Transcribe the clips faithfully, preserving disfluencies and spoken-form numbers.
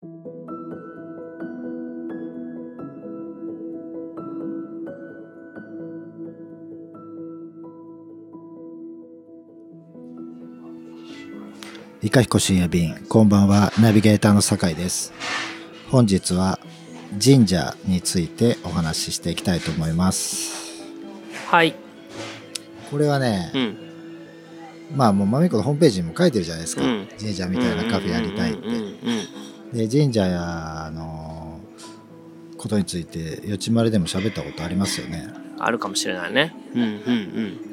いかひこ深夜便、こんばんは。ナビゲーターの酒井です。本日は神社についてお話ししていきたいと思います。 はい。 これはね、 うん、 まあもうまみこのホームページにも書いてるじゃないですか、うん、神社みたいなカフェやりたいって。で神社やのことについてよちまるでも喋ったことありますよね。 あるかもしれないね、うんうんうん、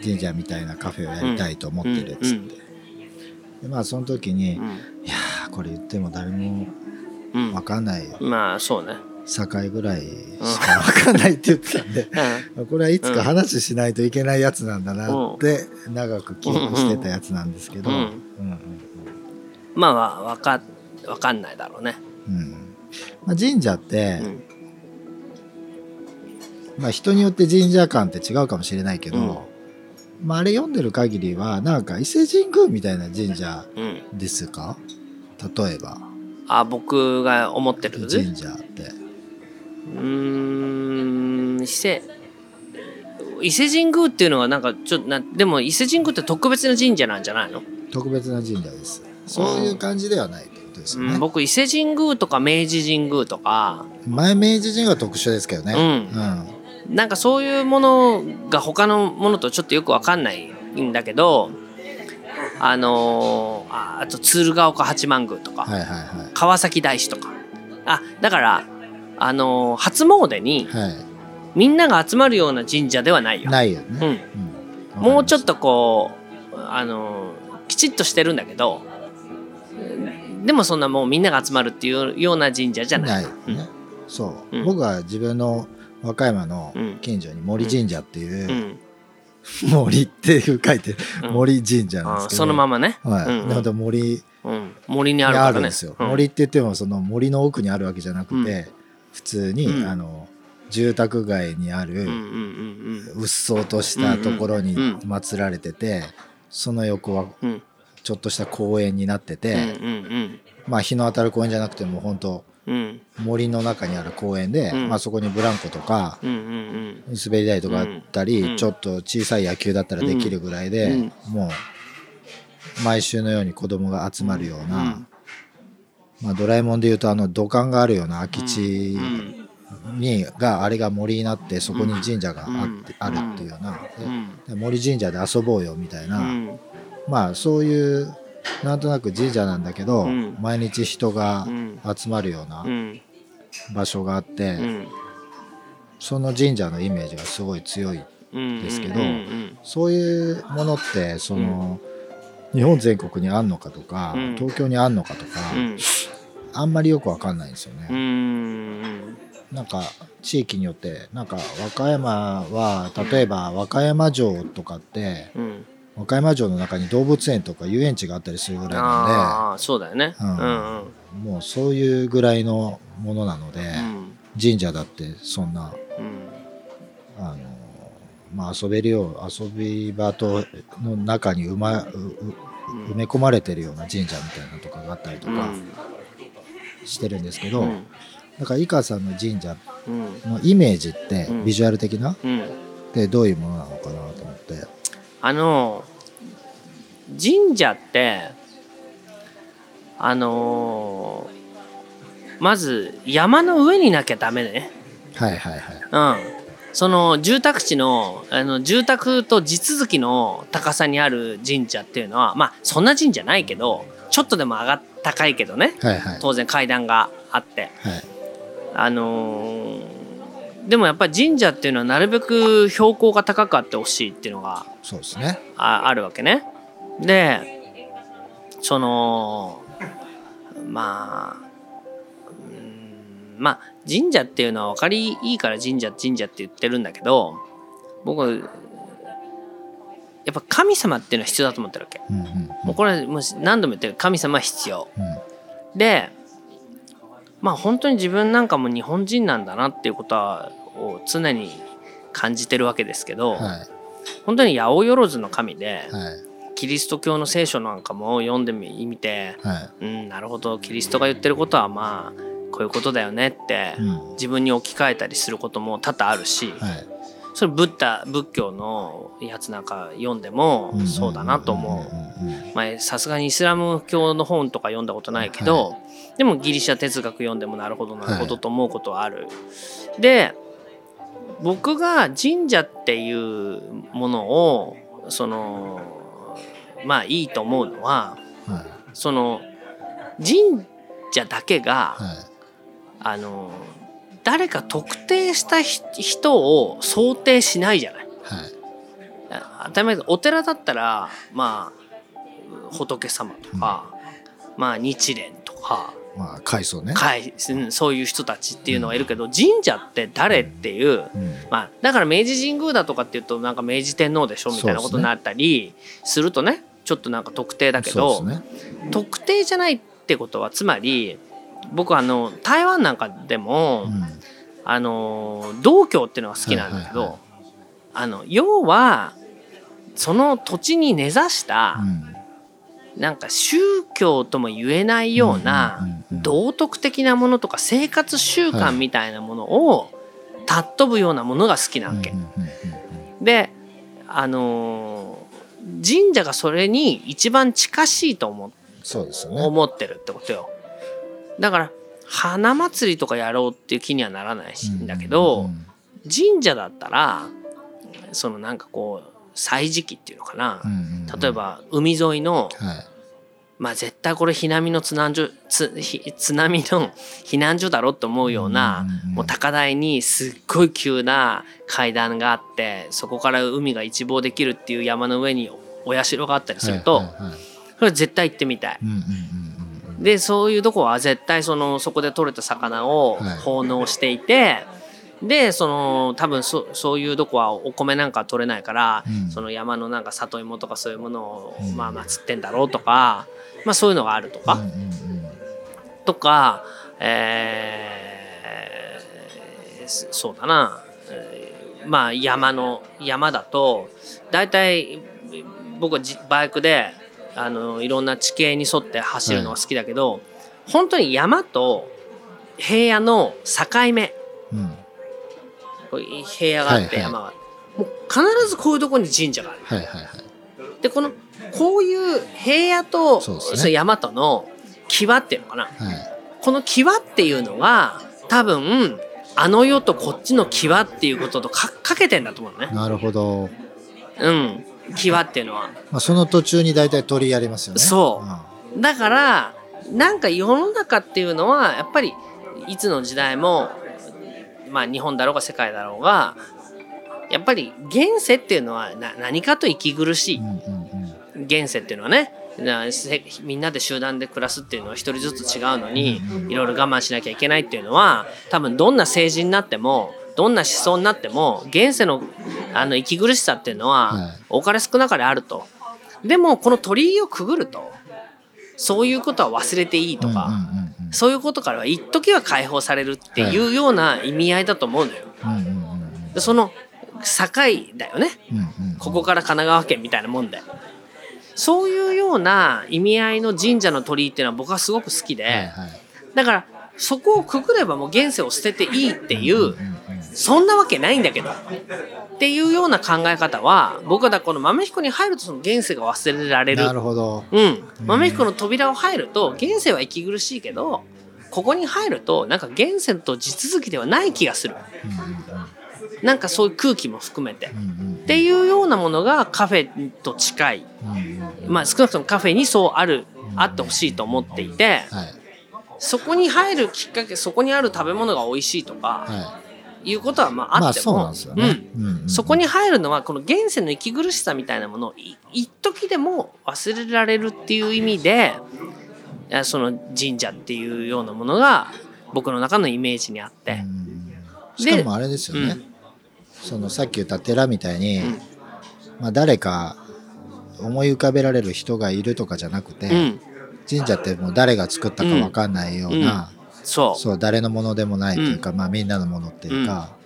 神社みたいなカフェをやりたいと思ってるっつって、うんうんうん、でまあその時に、うん、いやーこれ言っても誰も分かんない、 うん、まあそうね、 境ぐらいしか分かんないって言ってたんで、うん、これはいつか話しないといけないやつなんだなって長く記憶してたやつなんですけど、うんうんうん、 まあ分か、分かんないだろうね、 うんまあ、神社って、うんまあ、人によって神社観って違うかもしれないけど、うんまあ、あれ読んでる限りはなんか伊勢神宮みたいな神社ですか、うん、例えばあ僕が思ってる神社ってうーん伊勢伊勢神宮っていうのはなんかちょっとなでも伊勢神宮って特別な神社なんじゃないの？ 特別な神社です。そういう感じではないってことですよね、 うん、僕伊勢神宮とか明治神宮とか前明治神宮は特殊ですけどね、 うんうん、なんかそういうものが他のものとちょっとよく分かんないんだけどあのー、あ, あと鶴岡八幡宮とか、はいはいはい、川崎大師とかあだからあのー、初詣にみんなが集まるような神社ではないよ。 ないよね、 うんうん、もうちょっとこうあのー、きちっとしてるんだけどでもそんなもうみんなが集まるっていうような神社じゃない。ない、ねうん、そう、うん、僕は自分の和歌山の近所に森神社っていう、うんうん、森って書いて森神社なんですけど、 そのままね、 はい、うんうん、森、 うん、森にあるからね、あるんですよ、うん、森って言ってもその森の奥にあるわけじゃなくて、うん、普通に、うん、あの住宅街にあるうっそうとしたところに祀られてて、その横はちょっとした公園になってて、うんうんうん、まあ日の当たる公園じゃなくても本当森の中にある公園で、うんまあ、そこにブランコとか、うんうんうん、滑り台とかあったり、うん、ちょっと小さい野球だったらできるぐらいで、うん、もう毎週のように子供が集まるような、うんまあ、ドラえもんでいうとあの土管があるような空き地にがあれが森になってそこに神社があって、うん、あるっていうような、うん、森神社で遊ぼうよみたいな、うん、まあそういうなんとなく神社なんだけど、うん、毎日人が集まるような場所があって、うん、その神社のイメージがすごい強いですけど、うんうんうんうん、そういうものってその、うん、日本全国にあんのかとか、うん、東京にあんのかとか、うん、あんまりよくわかんないんですよね、うん、なんか地域によってなんか和歌山は例えば和歌山城とかって、うん和歌山城の中に動物園とか遊園地があったりするぐらいなんで、 あそうだよね、うんうんうん、もうそういうぐらいのものなので、うん、神社だってそんな、うんあのまあ、遊べるよう遊び場との中に埋、ま、埋め込まれてるような神社みたいなとかがあったりとかしてるんですけど、うん、だから井川さんの神社のイメージって、うん、ビジュアル的な、うん、ってどういうものなのかなと思って。 あの神社ってあのー、まず山の上になきゃダメね。 はいはいはい。 うん。その住宅地のあの住宅と地続きの高さにある神社っていうのはまあそんな神社ないけどちょっとでも上がっ高いけどね、はいはい、当然階段があって、はい、あのー、でもやっぱり神社っていうのはなるべく標高が高くあってほしいっていうのがそうですね、 あ、あるわけね。でそのまあうんまあ神社っていうのは分かりいいから神社神社って言ってるんだけど僕はやっぱ神様っていうのは必要だと思ってるわけ、うんうんうん、もうこれもう何度も言ってる神様は必要、うん、でまあ本当に自分なんかも日本人なんだなっていうことはを常に感じてるわけですけど、はい、本当に八百万の神で、はい、 キリスト教の聖書なんかも読んでみて、 はい、 うん、なるほどキリストが言ってることはまあこういうことだよねって、うん、自分に置き換えたりすることも多々あるし、はい、それブッダ仏教のやつなんか読んでもそうだなと思う。さすがにイスラム教の本とか読んだことないけど、はい、でもギリシャ哲学読んでもなるほどなるほどと思うことはある、はい、で僕が神社っていうものをそのまあいいと思うのは、はい、その神社だけが、はい、あの誰か特定した人を想定しないじゃない、はい、当たり前です。お寺だったらまあ仏様とか、うん、まあ日蓮とか、 まあ開祖ね、 そういう人たちっていうのがいるけど、うん、神社って誰っていう、うん、まあ、だから明治神宮だとかっていうとなんか明治天皇でしょみたいなことになったりするとねちょっとなんか特定だけど、ね、特定じゃないってことはつまり僕あの台湾なんかでも、うん、あの道教っていうのが好きなんだけど、はいはいはい、あの要はその土地に根ざした、うん、なんか宗教とも言えないような道徳的なものとか生活習慣みたいなものを尊ぶようなものが好きなわけ、であの神社がそれに一番近しいと思、そうですよね、思ってるってことよ。だから花祭りとかやろうっていう気にはならないしんだけど、うんうんうん、神社だったらそのなんかこう歳時期っていうのかな、うんうんうん、例えば海沿いの、はい、まあ絶対これ避難民の津難所つ津波の避難所だろうと思うような、うんうんうん、もう高台にすっごい急な階段があってそこから海が一望できるっていう山の上にお社があったりすると、はいはいはい、それ絶対行ってみたい、うんうんうん、でそういうとこは絶対そのそこで取れた魚を奉納していて、はい、でその多分 そ, そういうとこはお米なんか取れないから、うん、その山のなんか里芋とかそういうものを、うん、まあ祀ってんだろうとか、まあ、そういうのがあるとか、うんうんうん、とか、えー、そうだな、えー、まあ山の山だとだいたい僕はバイクであのいろんな地形に沿って走るのが好きだけど、はい、本当に山と平野の境目、うん、こう平野があって山があって、はいはい、もう必ずこういうところに神社がある、はいはいはい、でこのこういう平野とそ、ね、山との際っていうのかな、はい、この際っていうのが多分あの世とこっちの際っていうことと か, かけてんだと思うね。 なるほど。 うん、際っていうのは、 まあ、その途中に大体鳥居ありますよね。 そう、うん、だからなんか世の中っていうのはやっぱりいつの時代も、まあ、日本だろうが世界だろうがやっぱり現世っていうのはな何かと息苦しい、うんうんうん、現世っていうのはねみんなで集団で暮らすっていうのは一人ずつ違うのにいろいろ我慢しなきゃいけないっていうのは多分どんな政治になってもどんな思想になっても現世のあの息苦しさっていうのは多かれ少なかれあると。でもこの鳥居をくぐるとそういうことは忘れていいとか、うんうんうんうん、そういうことからは一時は解放されるっていうような意味合いだと思うのよ、はい、うんうんうん、でその境だよね、うんうんうん、ここから神奈川県みたいなもんでそういうような意味合いの神社の鳥居っていうのは僕はすごく好きで、はいはい、だからそこをくぐればもう現世を捨てていいっていう、うんうんうん、そんなわけないんだけどっていうような考え方は僕はだこの豆彦に入るとその現世が忘れられる。 なるほど、 うん、豆彦の扉を入ると現世は息苦しいけどここに入るとなんか現世と地続きではない気がする、うんうんうん、なんかそういう空気も含めて、うんうんうん、っていうようなものがカフェと近い、うんうん、まあ少なくともカフェにそうある、うんうん、あってほしいと思っていて、はい、そこに入るきっかけそこにある食べ物が美味しいとか、はい、いうことはまああっても、まあそうなんですよね、うんうんうん、そこに入るのはこの現世の息苦しさみたいなものを一時でも忘れられるっていう意味でその神社っていうようなものが僕の中のイメージにあって、 うん、しかもあれですよね、うん、そのさっき言った寺みたいに、うん、まあ、誰か思い浮かべられる人がいるとかじゃなくて、うん、神社ってもう誰が作ったか分かんないような、うんうん、そう、そう誰のものでもないというか、うん、まあ、みんなのものっていうか、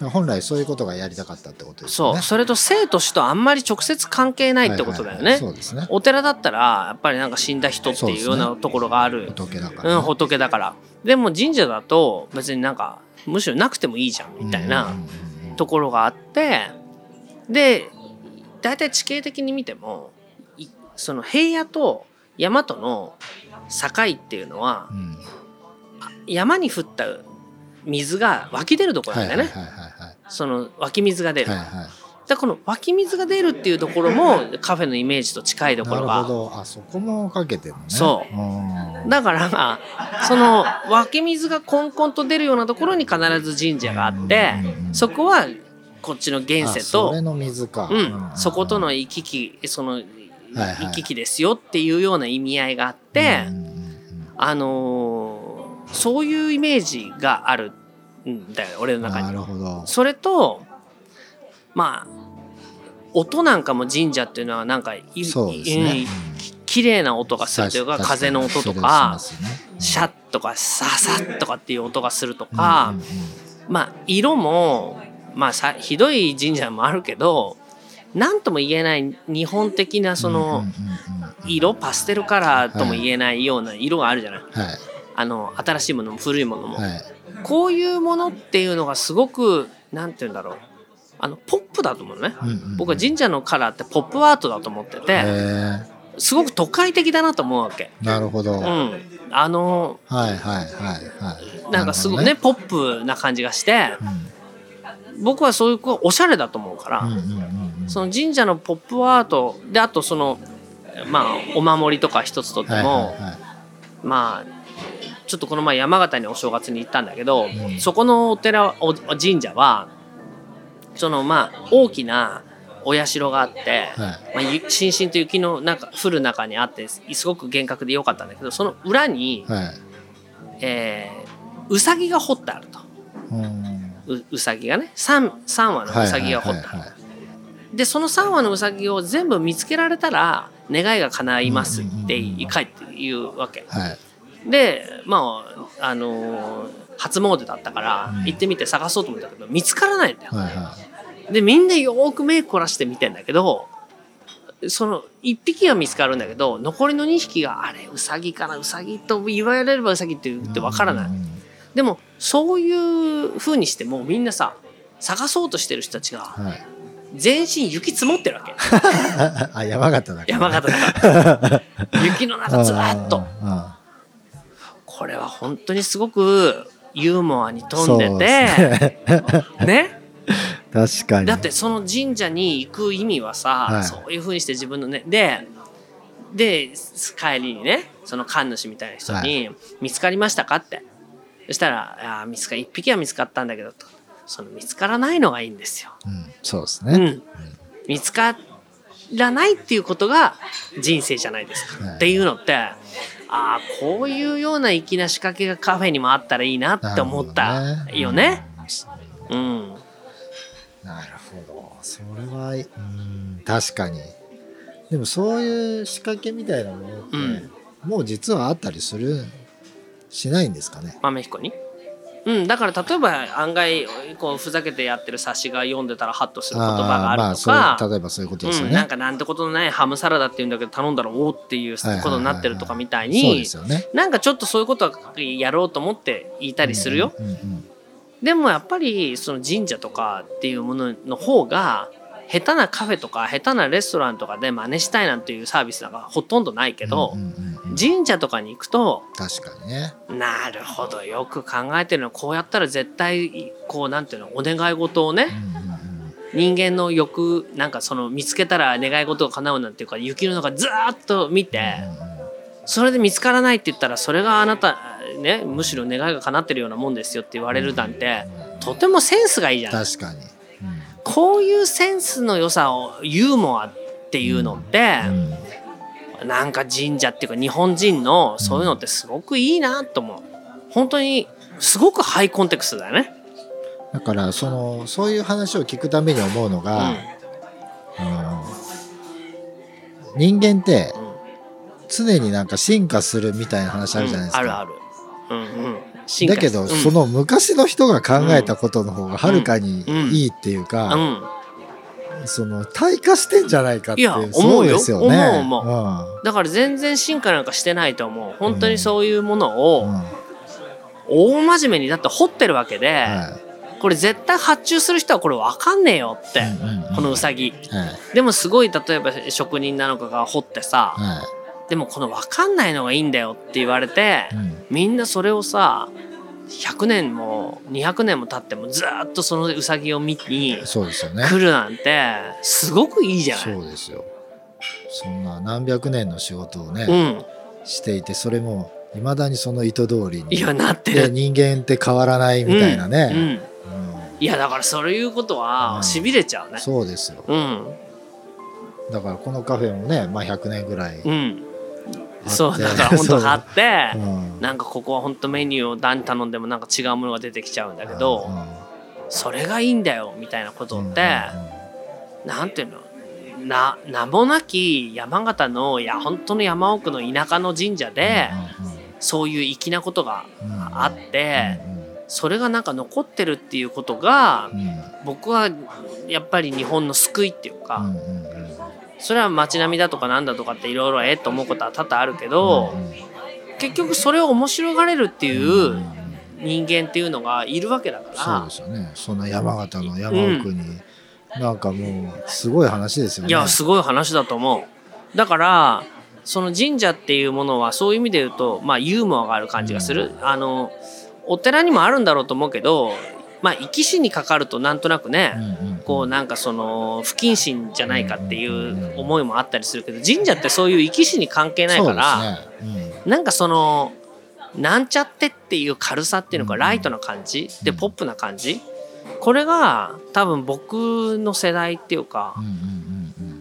本来そういうことがやりたかったってことですよね。 そう、それと生と死とあんまり直接関係ないってことだよね。 そうですね。 お寺だったらやっぱりなんか死んだ人っていうようなところがある、 仏だから、ね、 うん、仏だから。でも神社だと別になんかむしろなくてもいいじゃんみたいなところがあって、でだいたい地形的に見てもその平野と山との境っていうのは、うん、山に降った水が湧き出るところなんだよね。その湧き水が出る、はいはい、だこの湧き水が出るっていうところもカフェのイメージと近いところが。 なるほど、あそこもかけてるのね。 そうだからその湧き水がコンコンと出るようなところに必ず神社があって、そこはこっちの現世とそれの水か、 うん、そことの行き来その行き来ですよっていうような意味合いがあって、あのー、そういうイメージがあるんだよ俺の中に。 なるほど。 それとまあ音なんかも神社っていうのはなんかいそうですね、 綺麗な音がするというか、風の音とか、ね、シャッとかササッとかっていう音がするとか、うんうんうん、まあ色もまあさひどい神社もあるけど何とも言えない日本的なその色パステルカラーとも言えないような色があるじゃない、はい、あの新しいものも古いものも、はい、こういうものっていうのがすごくなんて言うんだろうあのポップだと思うね、うんうんうん、僕は神社のカラーってポップアートだと思っててすごく都会的だなと思うわけ。 なるほど、 うん、あのはいはいはいはいなんかすごい ね, ねポップな感じがして、うん、僕はそういうおしゃれだと思うから、うんうんうんうん、その神社のポップアートであとそのまあお守りとか一つとっても、はいはいはい、まあちょっとこの前山形にお正月に行ったんだけど、うん、そこのお寺お神社はそのまあ大きなお社があって、はいまあ、しんしんと雪のなんか降る中にあってすごく厳格で良かったんだけどその裏に、はいえー、うさぎが彫ってあると、うん、う, うさぎがね 3, さんわのうさぎが彫ってある、はいはいはいはい、でそのさんわのうさぎを全部見つけられたら願いが叶いますって書いて言うわけ、はい、でまああのー初詣だったから行ってみて探そうと思ったけど見つからないんだよ、はいはい、でみんなよく目凝らして見てんだけどそのいっぴきが見つかるんだけど残りのにひきがあれウサギかなウサギと言われればウサギって言って分からない、うん、でもそういう風にしてもみんなさ探そうとしてる人たちが、はい、全身雪積もってるわけあ山形だから山形だから雪の中ずらっとこれは本当にすごくユーモアに富んでてね確かにだってその神社に行く意味はさ、はい、そういう風にして自分のねでで帰りにねその神主みたいな人に、はい、見つかりましたかってそしたらあ見つか一匹は見つかったんだけどとその見つからないのがいいんですよ、 うん、そうですね、 うん、見つからないっていうことが人生じゃないですか、はい、っていうのってあこういうような粋な仕掛けがカフェにもあったらいいなって思ったよね。うん、 なるほどそれはうん確かにでもそういう仕掛けみたいなものって、うん、もう実はあったりするしないんですかね豆彦にうん、だから例えば案外こうふざけてやってる冊子が読んでたらハッとする言葉があるとか、 まあ、例えばそういうことですよね、 うん、なんかなんてことのないハムサラダっていうんだけど頼んだらおーっていうことになってるとかみたいになんかちょっとそういうことはやろうと思って言いたりするよ、うんうんうんうん、でもやっぱりその神社とかっていうものの方が下手なカフェとか下手なレストランとかで真似したいなんていうサービスなんかほとんどないけど、うんうんうんうん、神社とかに行くと確かにねなるほどよく考えてるのこうやったら絶対こうなんていうのお願い事をね、うんうんうん、人間の欲なんかその見つけたら願い事が叶うなんていうか雪の中ずーっと見て、うんうん、それで見つからないって言ったらそれがあなたねむしろ願いが叶ってるようなもんですよって言われるなんて、うんうん、とてもセンスがいいじゃない。 確かにこういうセンスの良さをユーモアっていうのって、うん、なんか神社っていうか日本人のそういうのってすごくいいなと思う。本当にすごくハイコンテクストだよね。 だからそのそういう話を聞くために思うのが、うん、人間って常になんか進化するみたいな話あるじゃないですか、 うん、あるある、 うんうん進化だけど、 うん、 その昔の人が考えたことの方がはるかにいいっていうか、 うんその退化してんじゃないかっていう。 いやそうですよね。 思う思う思う、うん、だから全然進化なんかしてないと思う。本当にそういうものを大真面目にだって掘ってるわけで、はい、これ絶対発注する人はこれ分かんねえよって、うんうんうん、このウサギ、はい、でもすごい例えば職人なのかが掘ってさ、はい、でもこの分かんないのがいいんだよって言われて、うん、みんなそれをさひゃくねんもにひゃくねんも経ってもずっとそのウサギを見に来るなんてすごくいいじゃない。 そうですよ。そんな何百年の仕事をね、うん、していて、それもいまだにその意図通りにいやなってる。 で人間って変わらないみたいなね、うんうんうん、 いやだからそういうことはしびれちゃうね、 うん、そうですよ、うん、だからこのカフェもね、まあ、ひゃくねんぐらい、うんそうだから本当貼って、うん、なんかここは本当メニューを何頼んでもなんか違うものが出てきちゃうんだけど、うんうん、それがいいんだよみたいなことって、うんうんうん、なんていうのな名もなき山形のいや本当の山奥の田舎の神社で、うんうんうん、そういう粋なことがあって、うんうんうん、それがなんか残ってるっていうことが、うん、僕はやっぱり日本の救いっていうか、うんうんうん、それは街並みだとかなんだとかっていろいろええと思うことは多々あるけど、うんうん、結局それを面白がれるっていう人間っていうのがいるわけだから、 そうですよね。そんな山形の山奥に、うん、なんかもうすごい話ですよね。 いやすごい話だと思う。だからその神社っていうものはそういう意味で言うと、まあ、ユーモアがある感じがする、うん、あのお寺にもあるんだろうと思うけど、まあ、生き死にかかるとなんとなくね、うんうんうん、こうなんかその不謹慎じゃないかっていう思いもあったりするけど、神社ってそういう生き死に関係ないから、ねうん、なんかそのなんちゃってっていう軽さっていうのか、ライトな感じでポップな感じ、これが多分僕の世代っていうか、うんうんうんうん、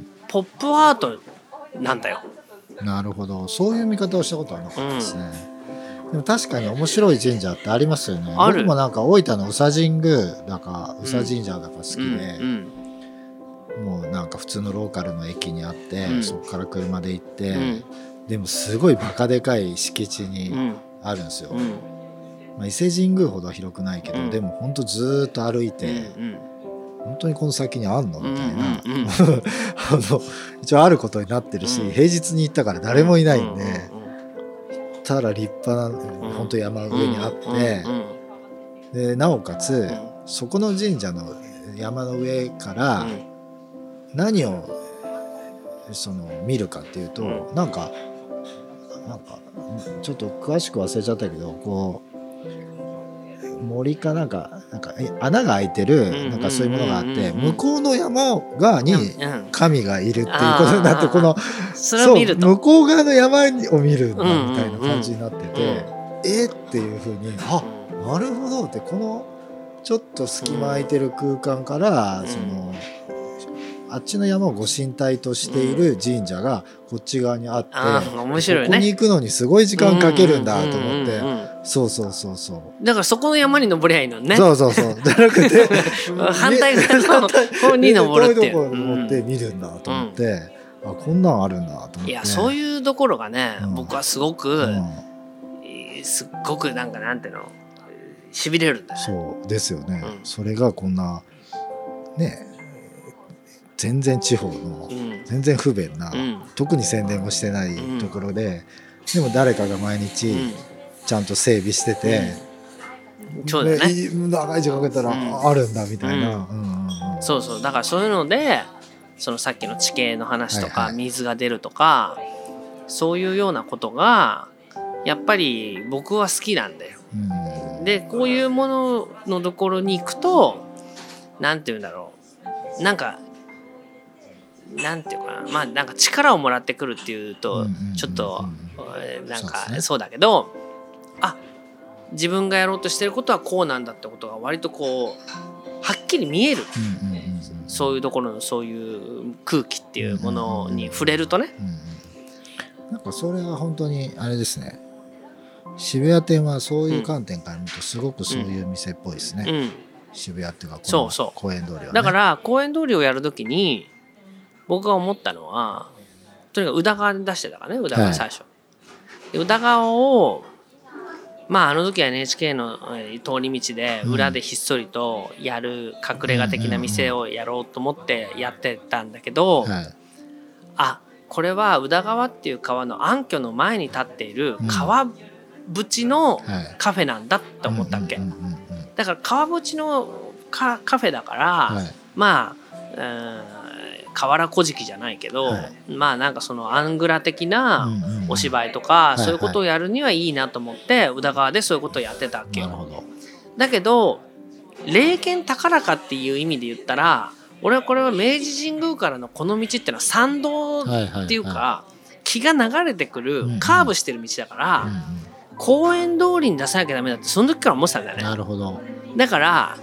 ポップアートなんだよ。 なるほど、そういう見方をしたことはなかったですね、うん、でも確かに面白い神社ってありますよね。僕もなんか大分の宇佐神宮だか宇佐神社だか好きで、うんうん、もうなんか普通のローカルの駅にあって、うん、そこから車で行って、うん、でもすごいバカでかい敷地にあるんですよ、うんまあ、伊勢神宮ほどは広くないけど、うん、でもほんとずっと歩いて、うんうん本当にこの先にあんのみたいな、うんうんうん、あの一応あることになってるし、うん、平日に行ったから誰もいないんで、うんうんうん、ただ立派な、うん、本当山上にあって、うんうんうん、でなおかつ、うん、そこの神社の山の上から何をその見るかっていうと、うん、なんかなんかちょっと詳しく忘れちゃったけどこう森かなんかなんか穴が開いてるなんかそういうものがあって向こうの山側に神がいるっていうことになってこのそう向こう側の山を見るんだみたいな感じになっててえっていう風にあなるほどってこのちょっと隙間空いてる空間からそのあっちの山をご神体としている神社がこっち側にあって、うん、面白いね、ここに行くのにすごい時間かけるんだと思って、うんうんうんうん、そうそうそうそうだからそこの山に登りゃいいのね。 そうそうそうじゃなくて反対側の方に登るっていう遠いところに登って見るんだと思って、うん、あこんなんあるんだと思って。 いやそういうところがね、うん、僕はすごく、うん、すっごくなんかなんていうのしびれるんだよね。 そうですよね、うん、それがこんなね全然地方の、うん、全然不便な、うん、特に宣伝もしてないところで、うん、でも誰かが毎日ちゃんと整備してて、 うん、そうだね、 長い時間かけたらあるんだみたいな、うんうんうんうん、そうそうだからそういうのでそのさっきの地形の話とか、はいはい、水が出るとかそういうようなことがやっぱり僕は好きなんだよ、うん、でこういうもののところに行くとなんていうんだろうなんかなんていうかなまあなんか力をもらってくるっていうとちょっとなんかそうだけどあ自分がやろうとしてることはこうなんだってことが割とこうはっきり見えるそういうところのそういう空気っていうものに触れるとねなんかそれは本当にあれですね渋谷店はそういう観点から見るとすごくそういう店っぽいですね、うんうん、渋谷っていうかこの公園通りはねだから公園通りをやるときに僕が思ったのはとにかく宇田川で出してたからね宇田川最初、はい、宇田川をまああの時は エヌエイチケー の通り道で裏でひっそりとやる隠れ家的な店をやろうと思ってやってたんだけど、 はい、 あ、これは宇田川っていう川の暗渠の前に立っている川淵のカフェなんだって思ったっけ。だから川淵のカフェだから、はい、まあ、うん河原小敷じゃないけど、はい、まあなんかそのアングラ的なお芝居とかそういうことをやるにはいいなと思って宇田川でそういうことをやってたわけよ。なるほど。だけど霊験高らかっていう意味で言ったら俺はこれは明治神宮からのこの道っていうのは参道っていうか気が流れてくるカーブしてる道だから公園通りに出さなきゃダメだってその時から思ってたんだよね。 なるほど。 だから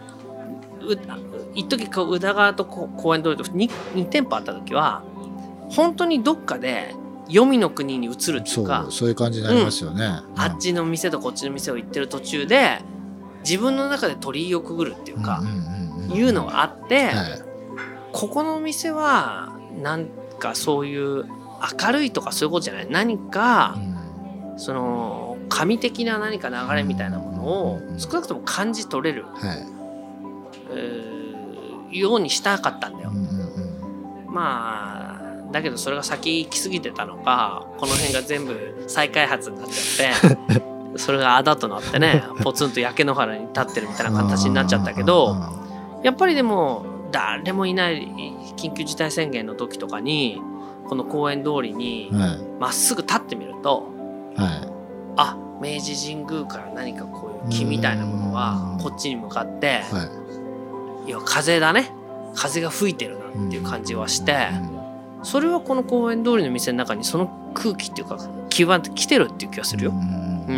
一時宇田川と公園通りと 2, 2店舗あった時は本当にどっかで黄泉の国に移るっていうかそう、そういう感じになりますよね、 うん、あっちの店とこっちの店を行ってる途中で自分の中で鳥居をくぐるっていうか、うんうんうんうん、いうのがあって、はい、ここの店はなんかそういう明るいとかそういうことじゃない何か、うん、その神的な何か流れみたいなものを少なくとも感じ取れる、はいえーようにしたかったんだよ、うんうんうん、まあだけどそれが先行き過ぎてたのかこの辺が全部再開発になっちゃってそれがあだとなってねポツンと焼け野原に立ってるみたいな形になっちゃったけどやっぱりでも誰もいない緊急事態宣言の時とかにこの公園通りにまっすぐ立ってみると、はい、あ明治神宮から何かこういう木みたいなものがこっちに向かって、はいいや風だね風が吹いてるなっていう感じはして、うん、それはこの公園通りの店の中にその空気っていうか気は来てるっていう気がするよ、うんうん、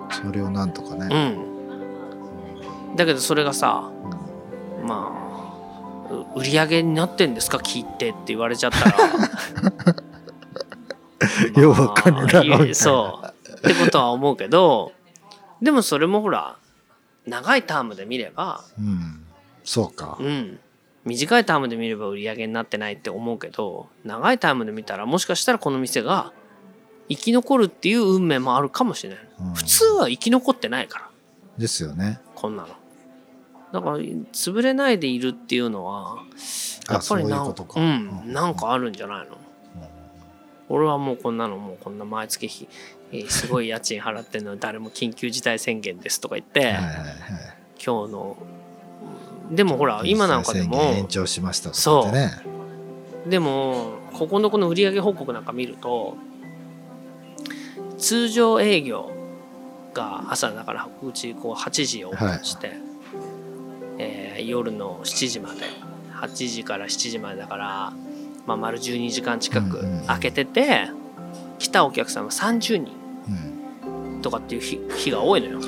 それをなんとかね、 うん、だけどそれがさまあ売り上げになってんですか聞いてって言われちゃったらまあ、ようわかんないだろうみたいなそうってことは思うけどでもそれもほら長いタームで見れば、 うん、そうか、 うん、短いタームで見れば売り上げになってないって思うけど長いタームで見たらもしかしたらこの店が生き残るっていう運命もあるかもしれない、うん、普通は生き残ってないからですよねこんなのだから潰れないでいるっていうのはやっぱりなんか、うん、なんかあるんじゃないの、うん、俺はもうこんなのもうこんな毎月費すごい家賃払ってるの誰も緊急事態宣言ですとか言って、はいはいはい、今日のでもほら今なんかでも延長しましたとかってねそうでもここのこの売上報告なんか見ると通常営業が朝だからうちこうはちじオープンして、はいえー、夜のしちじまではちじからしちじまでだから、まあ、丸じゅうにじかん近く空けてて、うんうん、来たお客さんはさんじゅうにんとかっていう 日, 日が多いのよ、はい、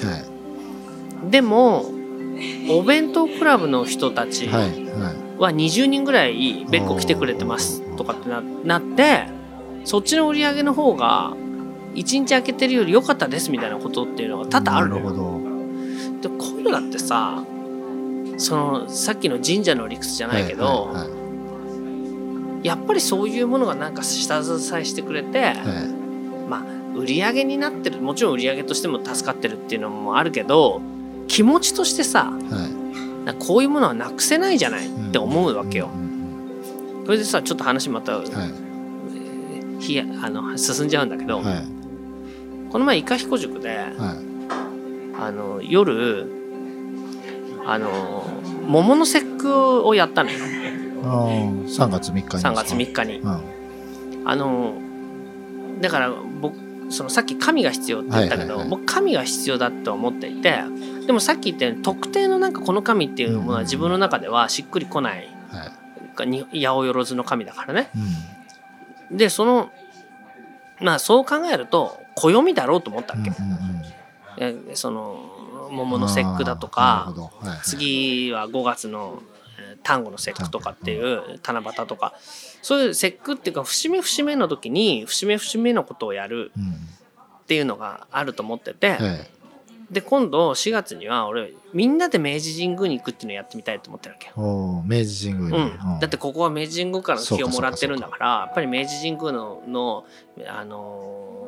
でもお弁当クラブの人たちはにじゅうにんぐらい別個来てくれてますとかって な, なってそっちの売り上げの方がいちにち空けてるより良かったですみたいなことっていうのが多々あるのよ。でこういうのだってさそのさっきの神社の理屈じゃないけど、はいはいはい、やっぱりそういうものがなんか下支えしてくれて、はい、まあ売り上げになってるもちろん売り上げとしても助かってるっていうのもあるけど気持ちとしてさ、はい、こういうものはなくせないじゃないって思うわけよ、うんうんうん、それでさちょっと話また、はいひあの進んじゃうんだけど、はい、この前伊香彦塾で、はい、あの夜あの桃の節句をやったのよあさんがつみっかにさんがつみっかに、うん、あのだから僕そのさっき神が必要って言ったけど、はいはいはい、僕神が必要だと思っていてでもさっき言ったように特定のなんかこの神っていうものは自分の中ではしっくりこない、うんうん、八百万の神だからね、うん、でそのまあそう考えると暦だろうと思ったわけ、うんうんうん、えその桃の節句だとか、はいはい、次はごがつの端午の節句とかっていう七夕とかそういう節句っていうか節目節目の時に節目節目のことをやるっていうのがあると思ってて、はい、で今度しがつには俺みんなで明治神宮に行くっていうのをやってみたいと思ってるわけよ。 お明治神宮に、 うん、だってここは明治神宮からの気をもらってるんだからやっぱり明治神宮の、の、あのー、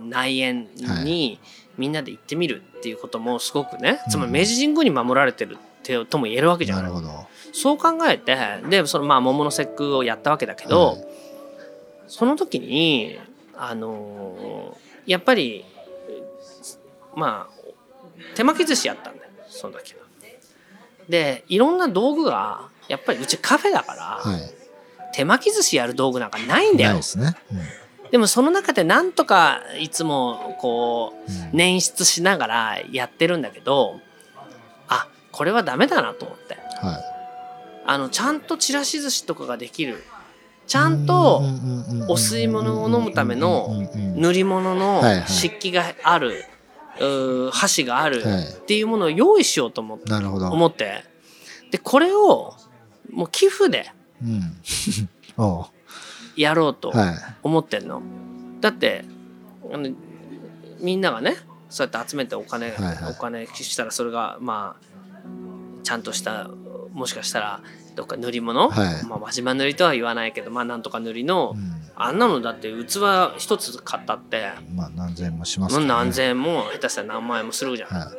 内縁にみんなで行ってみるっていうこともすごくね、つまり明治神宮に守られてるってとも言えるわけじゃない。 なるほど。 そう考えて、でそのまあ桃の節句をやったわけだけど、はい、その時にあのー、やっぱりまあ手巻き寿司やったんだよその時は。でいろんな道具がやっぱりうちカフェだから、はい、手巻き寿司やる道具なんかないんだよ。 ないですね。うん、 でもその中でなんとかいつもこう捻出しながらやってるんだけど、あこれはダメだなと思って、はい、あのちゃんとちらし寿司とかができる、ちゃんとお吸い物を飲むための塗り物の漆器がある、箸があるっていうものを用意しようと思って、思ってでこれをもう寄付でやろうと思ってんの。だってあのみんながねそうやって集めてお金、はいはい、お金したらそれがまあちゃんとしたもしかしたらどっか塗り物、はい、まあ輪島塗りとは言わないけどまあなんとか塗りの、うん、あんなのだって器一つ買ったってまあ何千円もしますからね。 何千円も下手したら何万円もするじゃん。はい、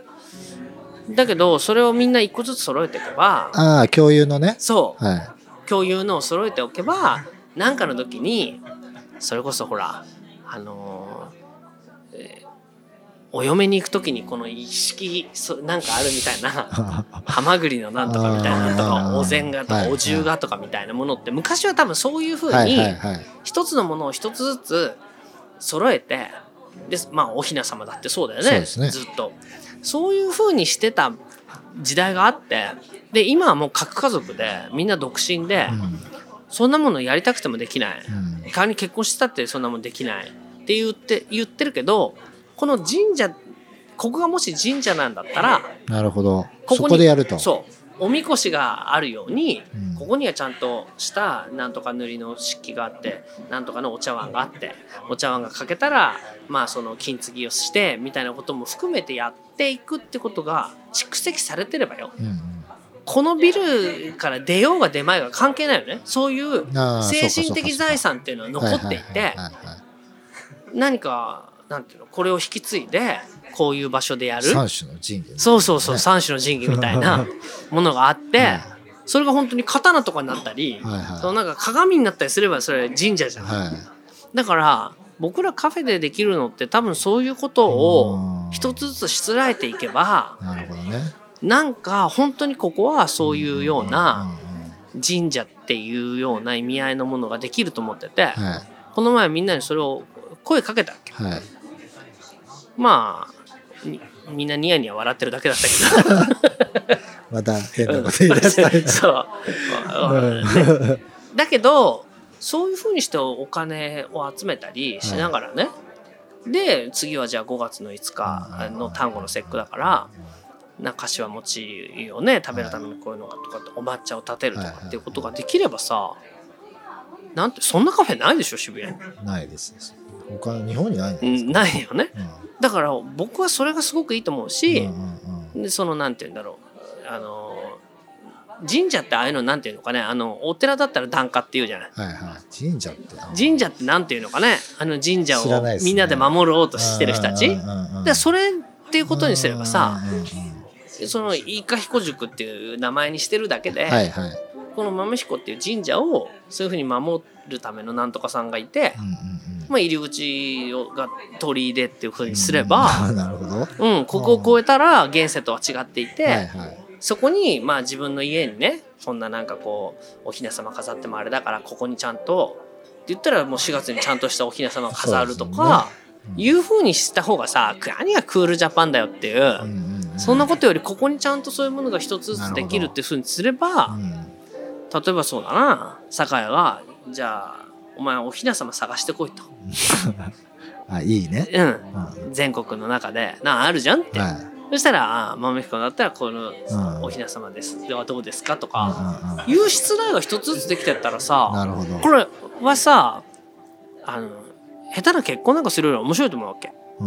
だけどそれをみんな一個ずつ揃えていけば、 ああ共有のね、 そう、はい、共有のを揃えておけば何かの時にそれこそほらあのーえー、お嫁に行く時にこの一式なんかあるみたいなハマグリのなんとかみたいなとかお膳がとかお重がとかみたいなものって昔は多分そういう風に一つのものを一つずつ揃えてでまあお雛様だってそうだよ ね, ねずっとそういう風にしてた時代があって、で今はもう核家族でみんな独身で、うん、そんなものやりたくてもできない、うん、仮に結婚してたってそんなもんできないって言って言ってるけど、この神社ここがもし神社なんだったらなるほどここにそこでやるとそうおみこしがあるように、うん、ここにはちゃんとしたなんとか塗りの漆器があってなんとかのお茶碗があってお茶碗がかけたらまあその金継ぎをしてみたいなことも含めてやっていくってことが蓄積されてればよ、うんうん、このビルから出ようが出まいが関係ないよね。そういう精神的財産っていうのは残っていて何かなんていうのこれを引き継いでこういう場所でやる三種の神器、ね、 そうそうそう三種の神器みたいなものがあって、はい、それが本当に刀とかになったり、はいはい、そのなんか鏡になったりすればそれ神社じゃん、はい、だから僕らカフェでできるのって多分そういうことを一つずつしつらえていけばなるほどね、 なんか本当にここはそういうような神社っていうような意味合いのものができると思ってて、はい、この前みんなにそれを声かけたっけ、はい、まあみんなニヤニヤ笑ってるだけだったけどまた変なこと言い出したりそう、だけどそういうふうにしてお金を集めたりしながらね、はい、で次はじゃあごがつのいつかの端午の節句だからな柏餅をね食べるためにこういうのがとかってお抹茶を立てるとかっていうことができればさ、なんてそんなカフェないでしょ渋谷に。 ないです。他の日本にないんですか。ないよね、うん、だから僕はそれがすごくいいと思うし、うんうんうん、でそのなんて言うんだろうあの神社ってああいうのなんていうのかね、あのお寺だったら檀家っていうじゃない、 はいはい、神社って神社ってなんていうのかね、あの神社をみんなで守ろうとしてる人たち、でそれっていうことにすればさ、そのいかひこ塾っていう名前にしてるだけで、はいはい、この豆彦っていう神社をそういうふうに守るためのなんとかさんがいて、うんうんうん、まあ、入り口が鳥居でっていうふうにすれば、 うん、なるほど、 うん、ここを越えたら現世とは違っていて、はいはい、そこにまあ自分の家にねそんななんかこうお雛様飾ってもあれだからここにちゃんとって言ったらもうしがつにちゃんとしたお雛様飾るとか、ね、うん、いう風にした方がさ、何がクールジャパンだよっていう、うんうんうん、そんなことよりここにちゃんとそういうものが一つずつできるっていう風にすれば、うん、例えばそうだな、酒屋がじゃあお前お雛様探してこいとあ、いいね、 うんうん、全国の中でなあるじゃんって、はい、そしたら豆彦だったらこのお雛様ですではどうですかとか、うんうんうん、いう出題が一つずつできてったらさ、 なるほど、 これはさあの下手な結婚なんかするより面白いと思うわけ、うん、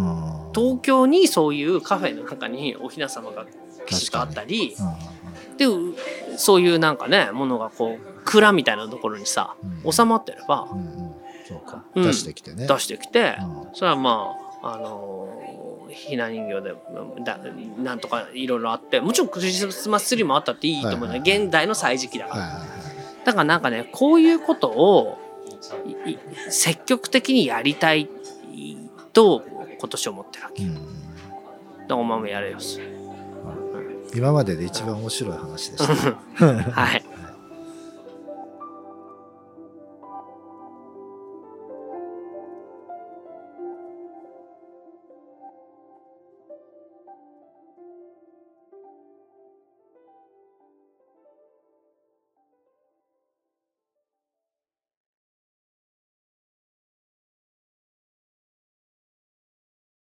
東京にそういうカフェの中にお雛様がきちっとあったり、うん、でそういうなんかねものがこう蔵みたいなところにさ、うん、収まってれば、うんうん、 そうか、出してきてね、 出してきて、うん、それはまああのひな人形でだなんとかいろいろあって、もちろんクリスマスツリーもあったっていいと思うね、はいはいはい、現代の歳時期だから、はいはいはい、だからなんかねこういうことを積極的にやりたいと今年思ってるわけ、うん、だからお前もやれよ、うん、 今までで一番面白い話でしたはい